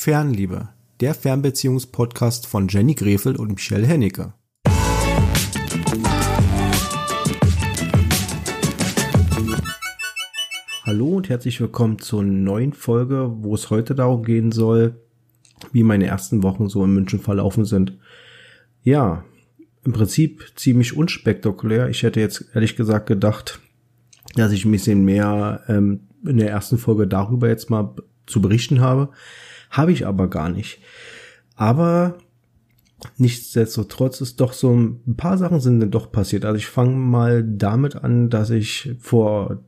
Fernliebe, der Fernbeziehungspodcast von Jenny Grefel und Michelle Hennecke. Hallo und herzlich willkommen zur neuen Folge, wo es heute darum gehen soll, wie meine ersten Wochen so in München verlaufen sind. Ja, im Prinzip ziemlich unspektakulär. Ich hätte jetzt ehrlich gesagt gedacht, dass ich ein bisschen mehr in der ersten Folge darüber jetzt mal zu berichten habe. Habe ich aber gar nicht. Aber nichtsdestotrotz ist doch so ein paar Sachen sind dann doch passiert. Also ich fange mal damit an, dass ich vor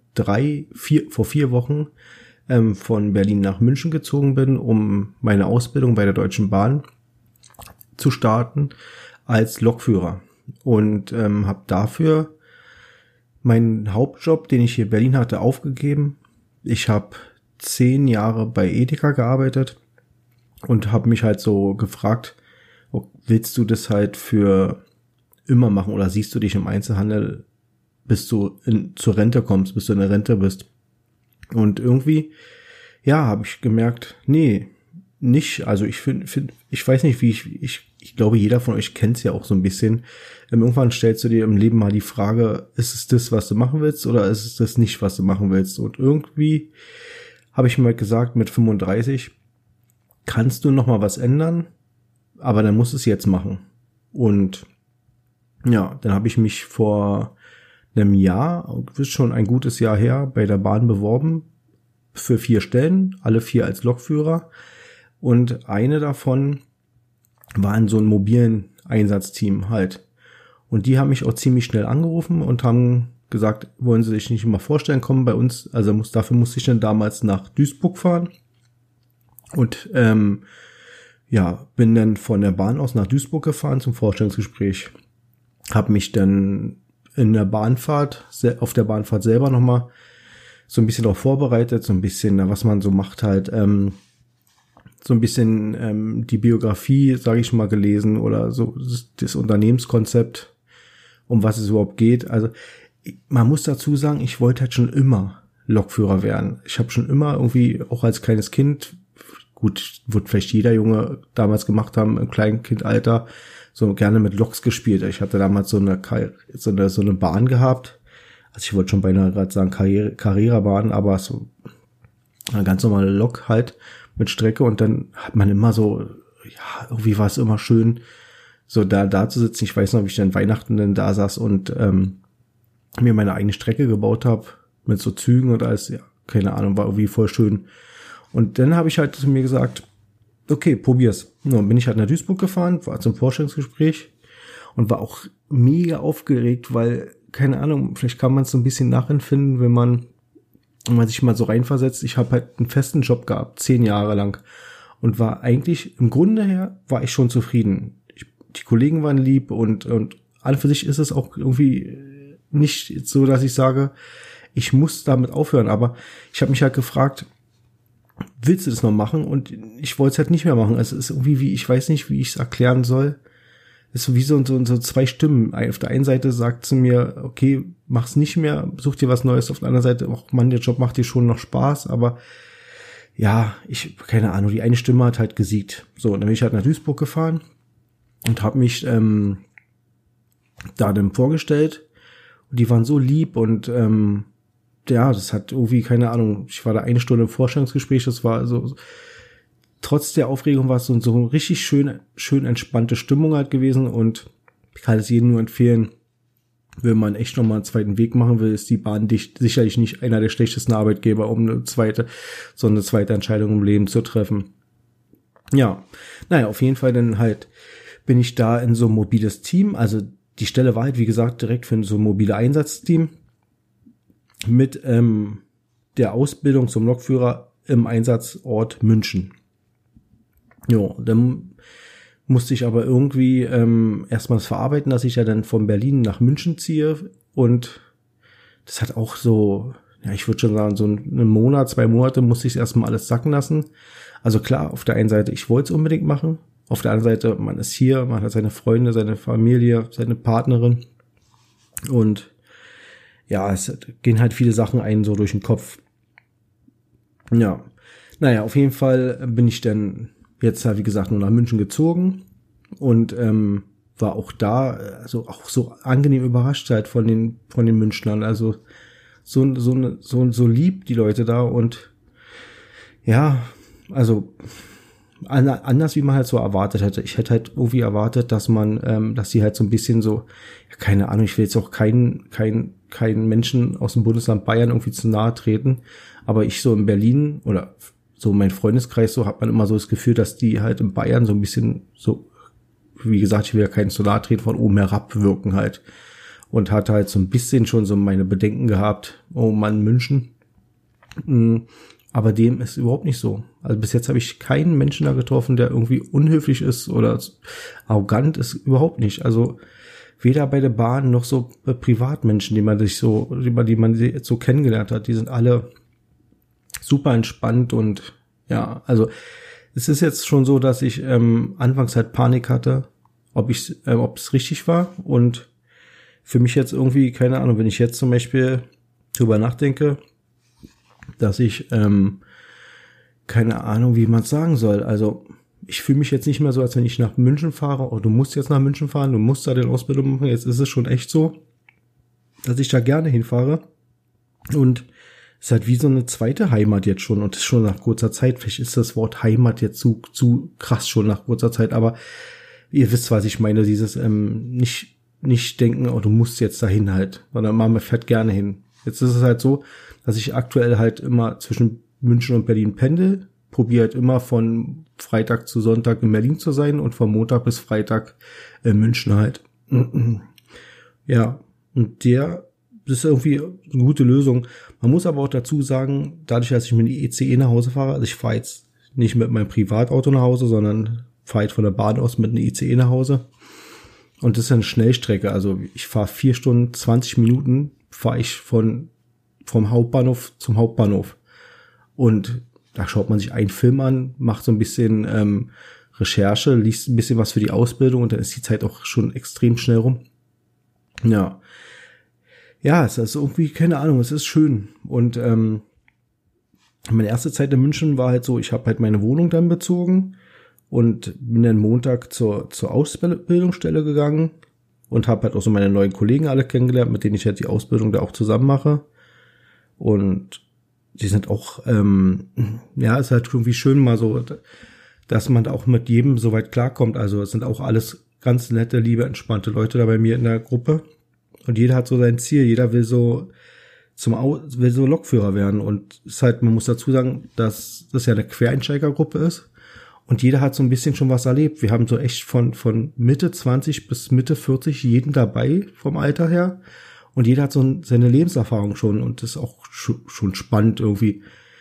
4 Wochen von Berlin nach München gezogen bin, um meine Ausbildung bei der Deutschen Bahn zu starten als Lokführer. Und habe dafür meinen Hauptjob, den ich hier in Berlin hatte, aufgegeben. Ich habe 10 Jahre bei Edeka gearbeitet und habe mich halt so gefragt, willst du das halt für immer machen oder siehst du dich im Einzelhandel, bis du zur Rente kommst, bis du in der Rente bist? Und irgendwie, ja, habe ich gemerkt, nee, nicht. Also ich weiß nicht, wie ich glaube, jeder von euch kennt es ja auch so ein bisschen. Irgendwann stellst du dir im Leben mal die Frage, ist es das, was du machen willst, oder ist es das nicht, was du machen willst? Und irgendwie habe ich mir halt gesagt, mit 35 kannst du noch mal was ändern, aber dann musst du es jetzt machen. Und ja, dann habe ich mich vor einem Jahr, das ist schon ein gutes Jahr her, bei der Bahn beworben für 4 Stellen, alle 4 als Lokführer. Und eine davon war in so einem mobilen Einsatzteam halt. Und die haben mich auch ziemlich schnell angerufen und haben gesagt, wollen Sie sich nicht mal vorstellen, kommen bei uns. Also dafür musste ich dann damals nach Duisburg fahren. Und ja, bin dann von der Bahn aus nach Duisburg gefahren zum Vorstellungsgespräch. Habe mich dann auf der Bahnfahrt selber nochmal so ein bisschen darauf vorbereitet, so ein bisschen, was man so macht halt, so ein bisschen die Biografie, sage ich mal, gelesen oder so das Unternehmenskonzept, um was es überhaupt geht. Also man muss dazu sagen, ich wollte halt schon immer Lokführer werden. Ich habe schon immer irgendwie, auch als kleines Kind, gut, wird vielleicht jeder Junge damals gemacht haben, im Kleinkindalter, so gerne mit Loks gespielt. Ich hatte damals so eine Bahn gehabt. Also ich wollte schon beinahe gerade sagen Carrera-Bahn, aber so eine ganz normale Lok halt mit Strecke. Und dann hat man immer so, ja, irgendwie war es immer schön, so da zu sitzen. Ich weiß noch, wie ich dann Weihnachten dann da saß und mir meine eigene Strecke gebaut habe mit so Zügen und alles. Ja, keine Ahnung, war irgendwie voll schön. Und dann habe ich halt zu mir gesagt, okay, probier's. Dann bin ich halt nach Duisburg gefahren, war zum Vorstellungsgespräch und war auch mega aufgeregt, weil, keine Ahnung, vielleicht kann man es so ein bisschen nachempfinden, wenn man sich mal so reinversetzt. Ich habe halt einen festen Job gehabt, 10 Jahre lang und war eigentlich, im Grunde her, war ich schon zufrieden. Die Kollegen waren lieb und an für sich ist es auch irgendwie nicht so, dass ich sage, ich muss damit aufhören, aber ich habe mich halt gefragt, willst du das noch machen? Und ich wollte es halt nicht mehr machen. Also es ist irgendwie ich weiß nicht, wie ich es erklären soll. Es ist so wie so 2 Stimmen. Auf der einen Seite sagt sie mir, okay, mach's nicht mehr, such dir was Neues. Auf der anderen Seite, ach Mann, der Job macht dir schon noch Spaß, aber ja, keine Ahnung, die eine Stimme hat halt gesiegt. So, und dann bin ich halt nach Duisburg gefahren und habe mich da dann vorgestellt. Und die waren so lieb und ja, das hat irgendwie, keine Ahnung, ich war da 1 Stunde im Vorstellungsgespräch, das war so, trotz der Aufregung war es so richtig schön entspannte Stimmung halt gewesen und ich kann es jedem nur empfehlen, wenn man echt nochmal einen zweiten Weg machen will, ist die Bahn sicherlich nicht einer der schlechtesten Arbeitgeber, um eine zweite Entscheidung im Leben zu treffen. Ja, naja, auf jeden Fall dann halt bin ich da in so ein mobiles Team, also die Stelle war halt, wie gesagt, direkt für so ein mobile Einsatzteam mit der Ausbildung zum Lokführer im Einsatzort München. Jo, dann musste ich aber irgendwie erstmal das verarbeiten, dass ich ja dann von Berlin nach München ziehe und das hat auch so, ja, ich würde schon sagen, so einen Monat, 2 Monate musste ich erstmal alles sacken lassen. Also klar, auf der einen Seite, ich wollte es unbedingt machen, auf der anderen Seite, man ist hier, man hat seine Freunde, seine Familie, seine Partnerin und ja, es gehen halt viele Sachen einen so durch den Kopf. Ja, naja, auf jeden Fall bin ich dann jetzt halt, wie gesagt, nur nach München gezogen und war auch da, also auch so angenehm überrascht halt von den Münchnern. Also so lieb die Leute da und ja, also anders wie man halt so erwartet hätte. Ich hätte halt irgendwie erwartet, dass die halt so ein bisschen so, ja, keine Ahnung, ich will jetzt auch keinen Menschen aus dem Bundesland Bayern irgendwie zu nahe treten, aber ich so in Berlin oder so mein Freundeskreis, so hat man immer so das Gefühl, dass die halt in Bayern so ein bisschen so, wie gesagt, ich will ja keinen zu nahe treten, von oben herab wirken halt. Und hatte halt so ein bisschen schon so meine Bedenken gehabt, oh Mann, München. Aber dem ist überhaupt nicht so. Also bis jetzt habe ich keinen Menschen da getroffen, der irgendwie unhöflich ist oder arrogant ist, überhaupt nicht. Also weder bei der Bahn noch so bei Privatmenschen, die man jetzt so kennengelernt hat, die sind alle super entspannt und ja, also es ist jetzt schon so, dass ich anfangs halt Panik hatte, ob es richtig war und für mich jetzt irgendwie, keine Ahnung, wenn ich jetzt zum Beispiel drüber nachdenke, dass ich, keine Ahnung, wie man es sagen soll. Also ich fühle mich jetzt nicht mehr so, als wenn ich nach München fahre. Oh, du musst jetzt nach München fahren, du musst da den Ausbildung machen. Jetzt ist es schon echt so, dass ich da gerne hinfahre. Und es ist halt wie so eine zweite Heimat jetzt schon. Und das schon nach kurzer Zeit. Vielleicht ist das Wort Heimat jetzt zu krass schon nach kurzer Zeit. Aber ihr wisst, was ich meine. Dieses nicht denken, oh, du musst jetzt dahin halt. Sondern man fährt gerne hin. Jetzt ist es halt so, dass ich aktuell halt immer zwischen München und Berlin pendel, probiere halt immer von Freitag zu Sonntag in Berlin zu sein und von Montag bis Freitag in München halt. Ja, und das ist irgendwie eine gute Lösung. Man muss aber auch dazu sagen, dadurch, dass ich mit dem ICE nach Hause fahre, also ich fahre jetzt nicht mit meinem Privatauto nach Hause, sondern fahre jetzt von der Bahn aus mit einem ICE nach Hause. Und das ist eine Schnellstrecke, also ich fahre 4 Stunden, 20 Minuten, fahre ich vom Hauptbahnhof zum Hauptbahnhof. Und da schaut man sich einen Film an, macht so ein bisschen Recherche, liest ein bisschen was für die Ausbildung und dann ist die Zeit auch schon extrem schnell rum. Ja. Ja, es ist irgendwie, keine Ahnung, es ist schön. Und meine erste Zeit in München war halt so, ich habe halt meine Wohnung dann bezogen und bin dann Montag zur Ausbildungsstelle gegangen und habe halt auch so meine neuen Kollegen alle kennengelernt, mit denen ich halt die Ausbildung da auch zusammen mache. Und die sind auch, ja, ist halt irgendwie schön mal so, dass man da auch mit jedem so weit klarkommt. Also es sind auch alles ganz nette, liebe, entspannte Leute da bei mir in der Gruppe. Und jeder hat so sein Ziel. Jeder will so Lokführer werden. Und es ist halt, man muss dazu sagen, dass das ja eine Quereinsteigergruppe ist. Und jeder hat so ein bisschen schon was erlebt. Wir haben so echt von Mitte 20 bis Mitte 40 jeden dabei vom Alter her. Und jeder hat so seine Lebenserfahrung schon. Und das ist auch schon spannend irgendwie.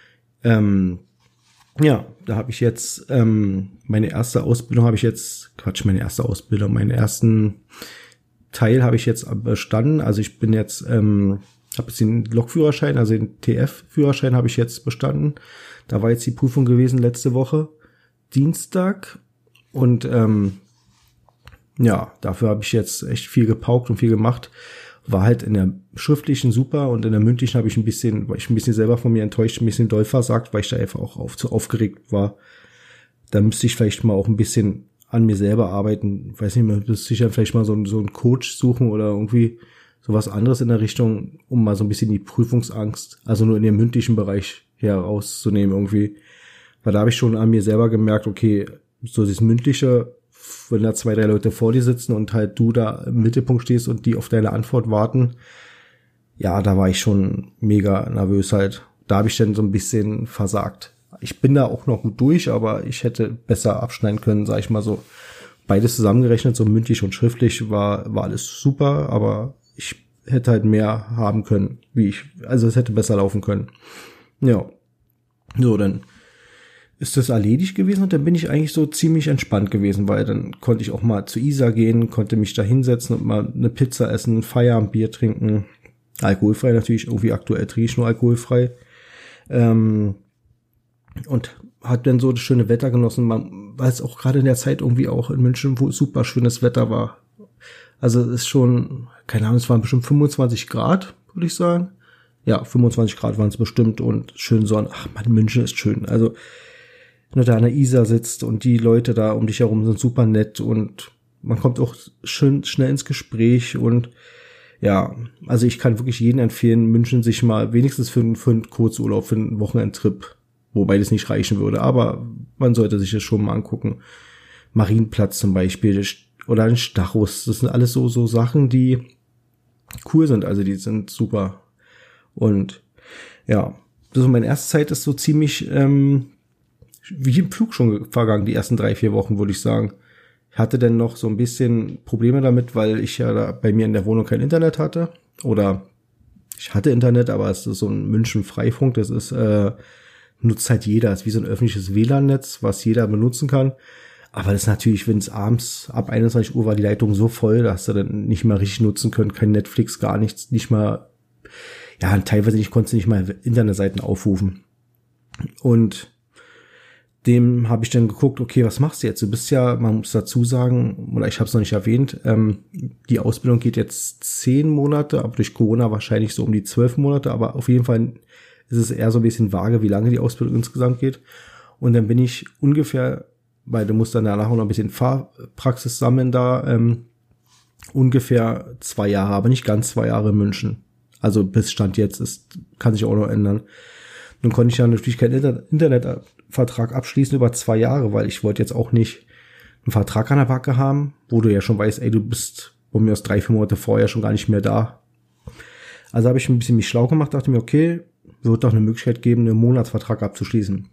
Ja, da habe ich jetzt meinen ersten Teil habe ich jetzt bestanden. Also ich bin jetzt, habe jetzt den Lokführerschein, also den TF-Führerschein habe ich jetzt bestanden. Da war jetzt die Prüfung gewesen letzte Woche, Dienstag. Und ja, dafür habe ich jetzt echt viel gepaukt und viel gemacht. War halt in der schriftlichen super und in der mündlichen war ich ein bisschen selber von mir enttäuscht, ein bisschen doll versagt, weil ich da einfach auch zu aufgeregt war. Da müsste ich vielleicht mal auch ein bisschen an mir selber arbeiten. Weiß nicht, man müsste sich dann vielleicht mal so einen Coach suchen oder irgendwie sowas anderes in der Richtung, um mal so ein bisschen die Prüfungsangst, also nur in dem mündlichen Bereich herauszunehmen irgendwie. Weil da habe ich schon an mir selber gemerkt, okay, so dieses mündliche, wenn da 2, 3 Leute vor dir sitzen und halt du da im Mittelpunkt stehst und die auf deine Antwort warten, ja, da war ich schon mega nervös halt. Da habe ich dann so ein bisschen versagt. Ich bin da auch noch gut durch, aber ich hätte besser abschneiden können, sag ich mal so. Beides zusammengerechnet, so mündlich und schriftlich, war alles super, aber ich hätte halt mehr haben können, also es hätte besser laufen können. Ja, so, dann ist das erledigt gewesen und dann bin ich eigentlich so ziemlich entspannt gewesen, weil dann konnte ich auch mal zu Isar gehen, konnte mich da hinsetzen und mal eine Pizza essen, Feierabendbier trinken. Alkoholfrei natürlich, irgendwie aktuell trinke ich nur alkoholfrei. Und hat dann so das schöne Wetter genossen, weil es auch gerade in der Zeit irgendwie auch in München, wo super schönes Wetter war. Also es ist schon, keine Ahnung, es waren bestimmt 25 Grad, würde ich sagen. Ja, 25 Grad waren es bestimmt und schön Sonne. Ach man, München ist schön. Also wenn du da an der Isar sitzt und die Leute da um dich herum sind super nett und man kommt auch schön schnell ins Gespräch und ja, also ich kann wirklich jedem empfehlen, München sich mal wenigstens für einen Kurzurlaub, für einen Wochenendtrip, wobei das nicht reichen würde, aber man sollte sich das schon mal angucken. Marienplatz zum Beispiel oder ein Stachus, das sind alles so Sachen, die cool sind, also die sind super. Und ja, also meine erste Zeit ist so ziemlich wie im Flug schon vergangen, die ersten 3-4 Wochen, würde ich sagen. Ich hatte dann noch so ein bisschen Probleme damit, weil ich ja da bei mir in der Wohnung kein Internet hatte. Oder ich hatte Internet, aber es ist so ein München-Freifunk, das ist nutzt halt jeder. Es ist wie so ein öffentliches WLAN-Netz, was jeder benutzen kann. Aber das ist natürlich, wenn es abends ab 21 Uhr war die Leitung so voll, da hast du dann nicht mal richtig nutzen können, kein Netflix, gar nichts, nicht mal, ja, teilweise konntest du nicht mal Internetseiten aufrufen. Und dem habe ich dann geguckt, okay, was machst du jetzt? Du bist ja, man muss dazu sagen, oder ich habe es noch nicht erwähnt, die Ausbildung geht jetzt 10 Monate, aber durch Corona wahrscheinlich so um die 12 Monate, aber auf jeden Fall ist es eher so ein bisschen vage, wie lange die Ausbildung insgesamt geht. Und dann bin ich ungefähr, weil du musst dann danach auch noch ein bisschen Fahrpraxis sammeln da, ungefähr 2 Jahre, aber nicht ganz 2 Jahre in München. Also bis Stand jetzt kann sich auch noch ändern. Nun konnte ich ja natürlich keinen Internetvertrag abschließen über 2 Jahre, weil ich wollte jetzt auch nicht einen Vertrag an der Backe haben, wo du ja schon weißt, ey, du bist von mir aus 3-4 Monate vorher schon gar nicht mehr da. Also habe ich ein bisschen mich schlau gemacht, dachte mir, okay, wird doch eine Möglichkeit geben, einen Monatsvertrag abzuschließen.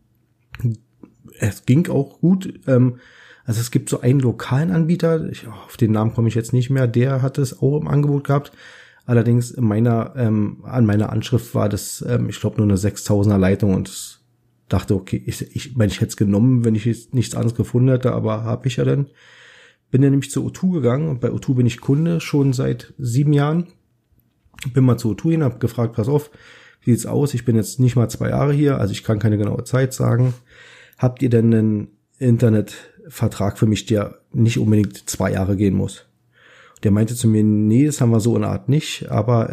Es ging auch gut. Also es gibt so einen lokalen Anbieter, auf den Namen komme ich jetzt nicht mehr, der hat es auch im Angebot gehabt. Allerdings an meiner Anschrift war das, ich glaube, nur eine 6000er Leitung und ich dachte, okay, ich meine, ich hätte es genommen, wenn ich jetzt nichts anderes gefunden hätte, aber habe ich ja dann. Bin dann nämlich zu O2 gegangen und bei O2 bin ich Kunde schon seit 7 Jahren. Bin mal zu O2 hin, habe gefragt, pass auf, wie sieht's aus? Ich bin jetzt nicht mal 2 Jahre hier, also ich kann keine genaue Zeit sagen. Habt ihr denn einen Internetvertrag für mich, der nicht unbedingt 2 Jahre gehen muss? Der meinte zu mir, nee, das haben wir so in der Art nicht, aber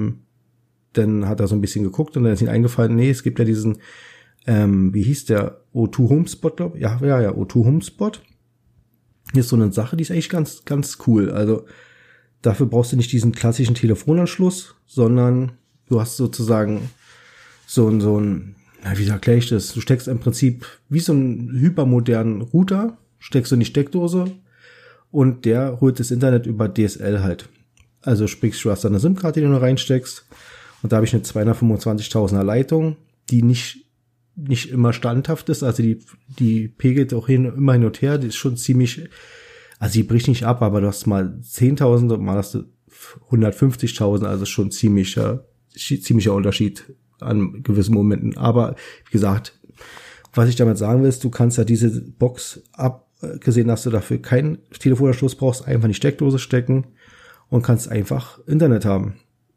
dann hat er so ein bisschen geguckt und dann ist ihm eingefallen, nee, es gibt ja diesen, wie hieß der, O2 Homespot, glaube ich, ja, O2 Homespot. Hier ist so eine Sache, die ist eigentlich ganz, ganz cool. Also dafür brauchst du nicht diesen klassischen Telefonanschluss, sondern du hast sozusagen so ein, wie erkläre ich das? Du steckst im Prinzip wie so einen hypermodernen Router, steckst du in die Steckdose und der holt das Internet über DSL halt. Also sprich, du hast da eine SIM-Karte, die du reinsteckst und da habe ich eine 225.000er Leitung, die nicht immer standhaft ist, also die pegelt auch immer hin und her, die ist schon ziemlich, also die bricht nicht ab, aber du hast mal 10.000 und mal hast du 150.000, also schon ziemlicher Unterschied an gewissen Momenten. Aber wie gesagt, was ich damit sagen will, ist, du kannst ja diese Box, abgesehen, dass du dafür keinen Telefonanschluss brauchst, einfach in die Steckdose stecken und kannst einfach Internet haben.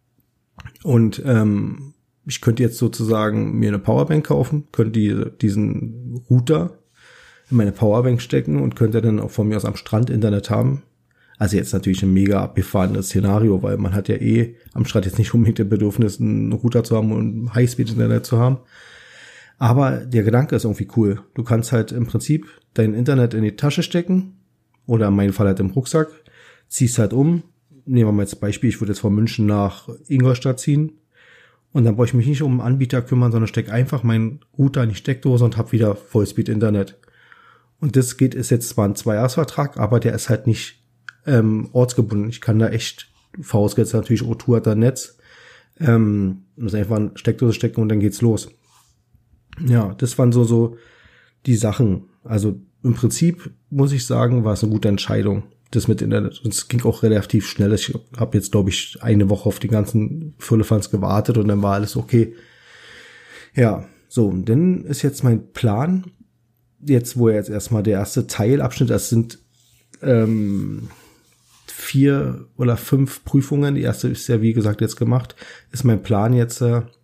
Und ich könnte jetzt sozusagen mir eine Powerbank kaufen, könnte diesen Router in meine Powerbank stecken und könnte dann auch von mir aus am Strand Internet haben. Also jetzt natürlich ein mega abgefahrenes Szenario, weil man hat ja am Strand jetzt nicht unbedingt das Bedürfnis, einen Router zu haben und ein Highspeed-Internet zu haben. Aber der Gedanke ist irgendwie cool. Du kannst halt im Prinzip dein Internet in die Tasche stecken oder in meinem Fall halt im Rucksack, ziehst halt um. Nehmen wir mal als Beispiel, ich würde jetzt von München nach Ingolstadt ziehen und dann brauche ich mich nicht um einen Anbieter kümmern, sondern stecke einfach meinen Router in die Steckdose und habe wieder Vollspeed-Internet. Und das ist jetzt zwar ein 2-Jahres-Vertrag, aber der ist halt nicht ortsgebunden. Ich kann da echt, vorausgesetzt natürlich, O2 hat da ein Netz, muss einfach eine Steckdose stecken und dann geht's los. Ja, das waren so die Sachen. Also im Prinzip muss ich sagen, war es eine gute Entscheidung, das mit Internet. Und es ging auch relativ schnell. Ich habe jetzt, glaube ich, eine Woche auf die ganzen Firlefanz gewartet und dann war alles okay. Ja, so, und dann ist jetzt mein Plan, jetzt wo jetzt erstmal der erste Teilabschnitt, das sind 4 oder 5 Prüfungen. Die erste ist ja, wie gesagt, jetzt gemacht. Ist mein Plan jetzt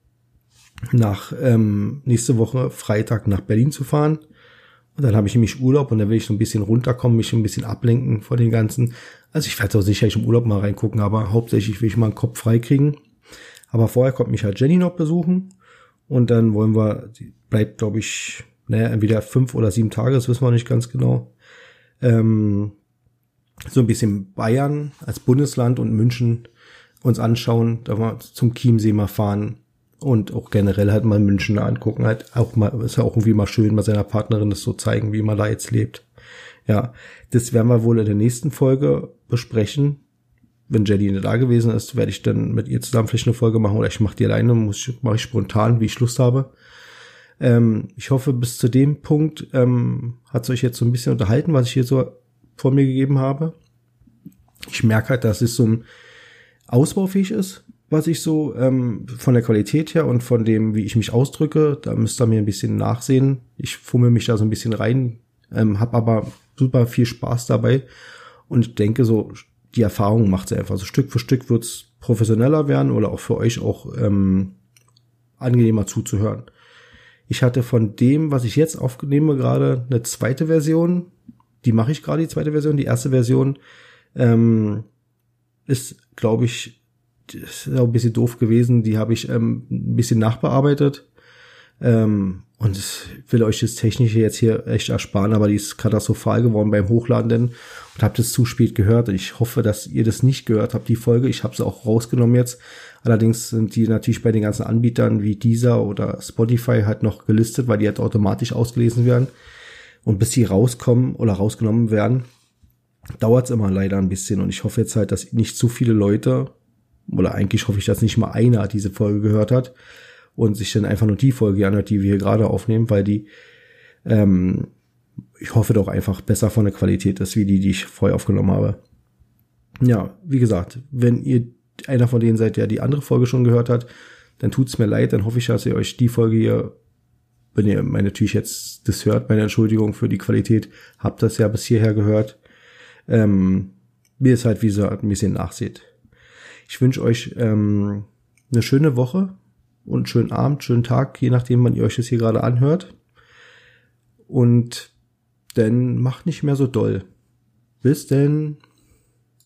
nächste Woche Freitag nach Berlin zu fahren. Und dann habe ich nämlich Urlaub und dann will ich so ein bisschen runterkommen, mich ein bisschen ablenken von den ganzen. Also ich werde auch sicherlich im Urlaub mal reingucken, aber hauptsächlich will ich mal einen Kopf frei kriegen. Aber vorher kommt mich halt Jenny noch besuchen und dann die bleibt, glaube ich, entweder 5 oder 7 Tage, das wissen wir nicht ganz genau. So ein bisschen Bayern als Bundesland und München uns anschauen, da mal zum Chiemsee mal fahren und auch generell halt mal München angucken, halt auch mal, ist ja auch irgendwie mal schön, mal seiner Partnerin das so zeigen, wie man da jetzt lebt. Ja, das werden wir wohl in der nächsten Folge besprechen. Wenn Jenny nicht da gewesen ist, werde ich dann mit ihr zusammen vielleicht eine Folge machen oder ich mache die alleine, mache ich spontan, wie ich Lust habe. Ich hoffe, bis zu dem Punkt hat es euch jetzt so ein bisschen unterhalten, was ich hier so vor mir gegeben habe. Ich merke halt, dass es so ein ausbaufähig ist, was ich so von der Qualität her und von dem, wie ich mich ausdrücke. Da müsst ihr mir ein bisschen nachsehen. Ich fummel mich da so ein bisschen rein, habe aber super viel Spaß dabei und ich denke so, die Erfahrung macht sie einfach. So Stück für Stück wird's professioneller werden oder auch für euch auch angenehmer zuzuhören. Ich hatte von dem, was ich jetzt aufnehme, gerade eine zweite Version. Die mache ich gerade, die zweite Version. Die erste Version ist, glaube ich, ist auch ein bisschen doof gewesen. Die habe ich ein bisschen nachbearbeitet. Und ich will euch das Technische jetzt hier echt ersparen, aber die ist katastrophal geworden beim Hochladen denn und habt es zu spät gehört. Ich hoffe, dass ihr das nicht gehört habt, die Folge. Ich habe sie auch rausgenommen jetzt. Allerdings sind die natürlich bei den ganzen Anbietern wie Deezer oder Spotify halt noch gelistet, weil die halt automatisch ausgelesen werden. Und bis sie rauskommen oder rausgenommen werden, dauert es immer leider ein bisschen. Und ich hoffe jetzt halt, dass nicht zu viele Leute, oder eigentlich hoffe ich, dass nicht mal einer diese Folge gehört hat, und sich dann einfach nur die Folge anhört, die wir hier gerade aufnehmen, weil die, ich hoffe doch einfach besser von der Qualität ist, wie die ich vorher aufgenommen habe. Ja, wie gesagt, wenn ihr einer von denen seid, der die andere Folge schon gehört hat, dann tut's mir leid, dann hoffe ich, dass ihr euch die Folge hier, wenn ihr natürlich jetzt das hört, meine Entschuldigung für die Qualität, habt das ja bis hierher gehört, mir ist halt, wie gesagt, ein bisschen nachseht. Ich wünsche euch eine schöne Woche und einen schönen Abend, schönen Tag, je nachdem, wann ihr euch das hier gerade anhört. Und dann macht nicht mehr so doll. Bis denn.